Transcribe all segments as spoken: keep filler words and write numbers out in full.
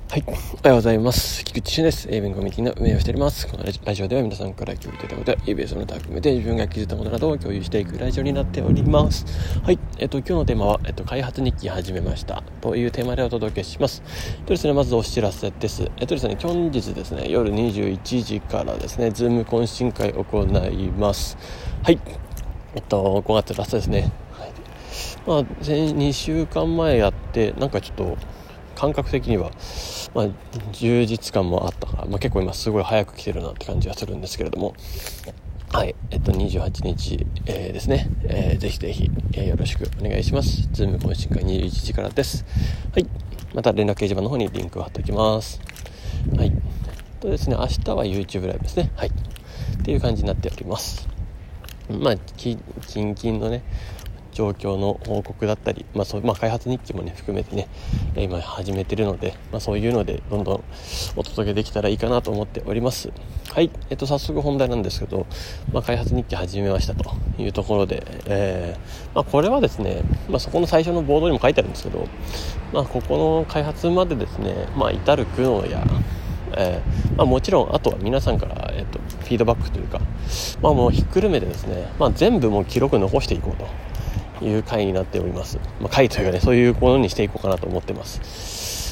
はい、おはようございます。菊池俊です。英文コミュニティの運営をしております。このラジオでは皆さんから共有いただいたことや イービーエス の他含めて自分が気づいたことなどを共有していくラジオになっております。はい、えっと今日のテーマは、えっと、開発日記始めましたというテーマでお届けします。とですね、まずお知らせです。えっとですね、本日ですね、夜にじゅういちじからですね、ズーム懇親会を行います。はい、えっとごがつラストですね。はい、まあにしゅうかんまえやってなんかちょっと感覚的には、まあ、充実感もあったから、まあ、結構今すごい早く来てるなって感じがするんですけれども、はい、えっとにじゅうはちにち、えー、ですね、えー、ぜひぜひ、えー、よろしくお願いします。ズーム懇親会にじゅういちじからです。はい、また連絡掲示板の方にリンクを貼っておきます。はい、とですね、明日は YouTube ライブですね。はい、っていう感じになっております。まあ近々のね状況の報告だったり、まあそうまあ、開発日記もね含めてね今始めてるので、まあ、そういうのでどんどんお届けできたらいいかなと思っております。はい、えっと早速本題なんですけど、まあ、開発日記始めましたというところで、えーまあ、これはですね、まあ、そこの最初のボードにも書いてあるんですけど、まあ、ここの開発までですね、まあ、至る苦悩やえーまあ、もちろんあとは皆さんから、えー、とフィードバックというか、まあ、もうひっくるめてですね、まあ、全部もう記録残していこうという回になっております。まあ、回というかね、そういうものにしていこうかなと思ってます。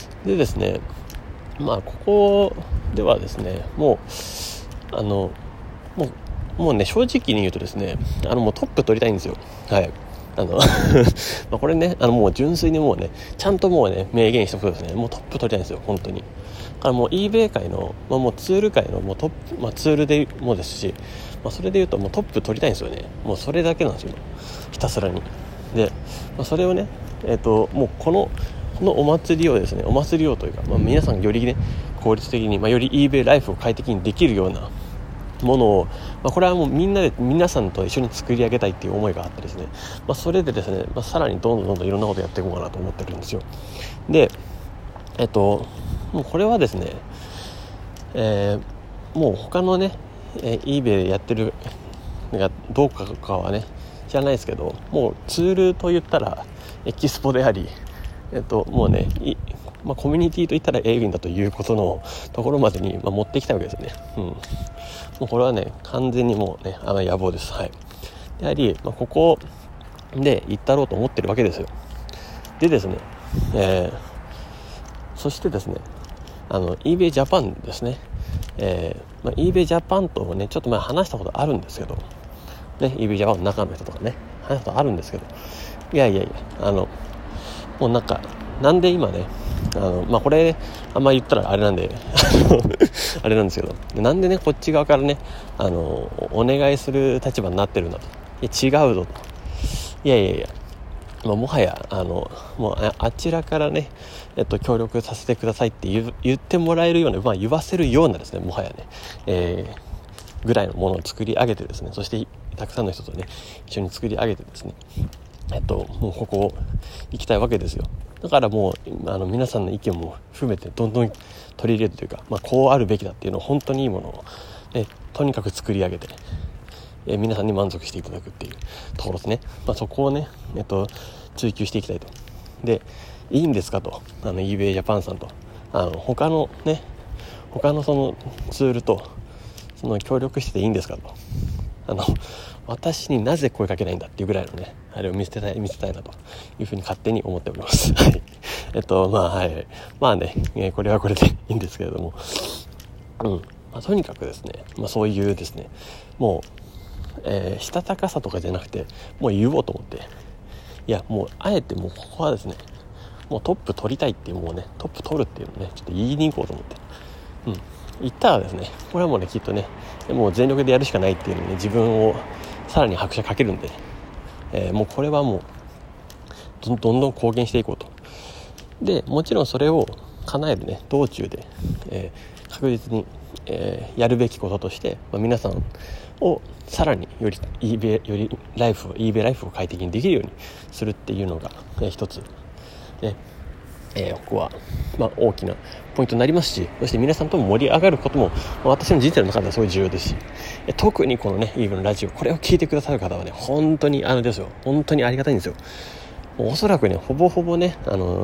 でですね、まあここではですね、もうあのもうもうね正直に言うとですね、あのもうトップ取りたいんですよ。はい。あのまあこれね、あのもう純粋にもうね、ちゃんともうね明言したことですね。もうトップ取りたいんですよ、本当に。だからもう eBay 界の、まあ、もうツール界のもうトップ、まあ、ツールでもですし、まあ、それで言うともうトップ取りたいんですよね。もうそれだけなんですよ、ひたすらに。で、まあ、それをね、えーと、もうこのこのお祭りをですね、お祭りをというか、まあ、皆さんよりね効率的に、まあ、より eBay ライフを快適にできるようなものを、まあ、これはもうみんなで皆さんと一緒に作り上げたいっていう思いがあってですね、まあ、それでですね、まあ、さらにどんどんどんどんいろんなことやっていこうかなと思ってるんですよ。で、えっともうこれはですね、えー、もう他のね、えー、eBay でやってるのがどうかかはね知らないですけど、もうツールと言ったらエキスポであり、えっともうねまあ、コミュニティといったらエイビンだということのところまでに、まあ、持ってきたわけですね。うん、もうこれはね完全にもうねあの野望です。はい。であり、まあ、ここで行ったろうと思ってるわけですよ。でですね、えー、そしてですね、あの eBay Japan ですね、えーまあ、eBay Japan とねちょっと前話したことあるんですけどね、 eBay Japan の中の人とかね話したことあるんですけど、いやいやいや、あのもうなんかなんで今ね、あのまあこれあんま言ったらあれなんであれなんですけど、なんでねこっち側からねあのお願いする立場になってるんだと。いや違うぞと。いやいやいや、まあ、もはやあのもう あ, あちらからね、えっと、協力させてくださいって言, 言ってもらえるような、まあ、言わせるようなですね、もはやね、えー、ぐらいのものを作り上げてですね、そしてたくさんの人とね一緒に作り上げてですね、えっともうここ行きたいわけですよ。だからもうあの皆さんの意見も含めてどんどん取り入れるというか、まあ、こうあるべきだっていうのを本当にいいものを、ね、とにかく作り上げて、えー、皆さんに満足していただくっていうところですね。まあ、そこをね、えっと、追求していきたいと。で、いいんですかと、あの eBay Japan さんとあの他のね他のそのツールとその協力してていいんですかと、あの私になぜ声かけないんだっていうぐらいのねあれを見せたい見せたいなというふうに勝手に思っております。はい。えっとまあはいまあね、えー、これはこれでいいんですけれども、うん、まあ、とにかくですね、まあ、そういうですねもう、えー、したたかさとかじゃなくてもう言おうと思って、いやもうあえてもうここはですねもうトップ取りたいっていう、もうねトップ取るっていうのをねちょっと言いに行こうと思って、うん、言ったらですね、これはもうねきっとねもう全力でやるしかないっていうのに、ね、自分をさらに拍車かけるんで、えー、もうこれはもうどんどんどん貢献していこうと。でもちろんそれを叶えるね道中で、えー、確実に、えー、やるべきこととして、まあ、皆さんをさらにより eBay よりライフを eBay ライフを快適にできるようにするっていうのが、えー、一つね、えー、ここは、まあ、大きなポイントになりますし、そして皆さんとも盛り上がることも、まあ、私の人生の中ではすごい重要ですし、えー、特にこのねイーブのラジオこれを聞いてくださる方はね本当にあのですよ本当にありがたいんですよ。おそらくねほぼほぼねあの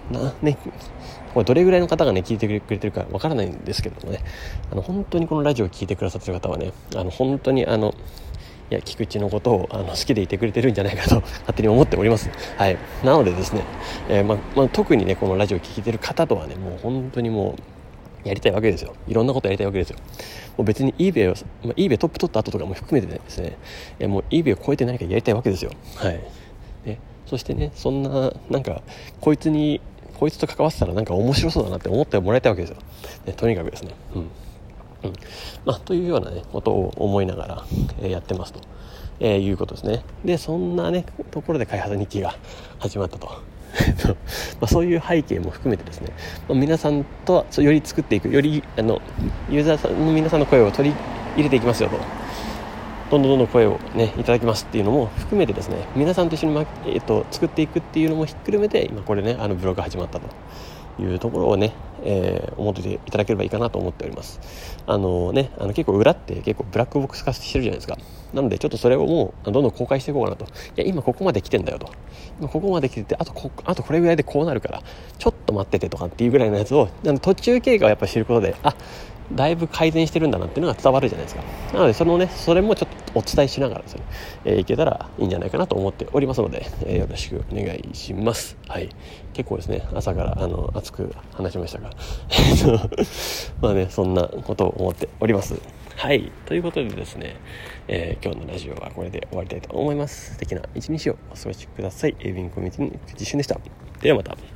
なねこれどれぐらいの方がね聞いてくれてるかわからないんですけどもね、あの本当にこのラジオを聞いてくださってる方はね、あの本当にあのいや菊池のことをあの好きでいてくれてるんじゃないかと勝手に思っております。はい。なのでですね、えーままあ、特にねこのラジオを聞いてる方とはね、もう本当にもうやりたいわけですよ。いろんなことやりたいわけですよ。もう別に eBay を、まあ、eBay トップ取った後とかも含めてですね、えー、もう eBay を超えて何かやりたいわけですよ。はい。ね、そしてね、そんななんかこいつにこいつと関わってたらなんか面白そうだなって思ってもらいたいわけですよ。ね、とにかくですね。うん。うん、まあ、というような、ね、ことを思いながら、えー、やってますと、えー、いうことですね。でそんなねところで開発日記が始まったとまあそういう背景も含めてですね、まあ、皆さんとより作っていく、よりあのユーザーさんの皆さんの声を取り入れていきますよと、どんどんどんどん声をねいただきますっていうのも含めてですね、皆さんと一緒に、まえー、と作っていくっていうのもひっくるめて今これねあのブログが始まったというところをね、えー、思っていただければいいかなと思っております。あのね、あの結構裏って結構ブラックボックス化してるじゃないですか。なのでちょっとそれをもうどんどん公開していこうかなと。いや今ここまで来てんだよと。今ここまで来ててあとこあとこれぐらいでこうなるからちょっと待っててとかっていうぐらいのやつを、あの途中経過をやっぱり知ることで、あだいぶ改善してるんだなっていうのが伝わるじゃないですか。なのでそのねそれもちょっとお伝えしながらですね、えー、いけたらいいんじゃないかなと思っておりますので、えー、よろしくお願いします。はい。結構ですね朝からあの熱く話しましたがまあねそんなことを思っております。はい。ということでですね、えー、今日のラジオはこれで終わりたいと思います。素敵な一日をお過ごしください。エイビンコミュニティの菊池俊でした。ではまた。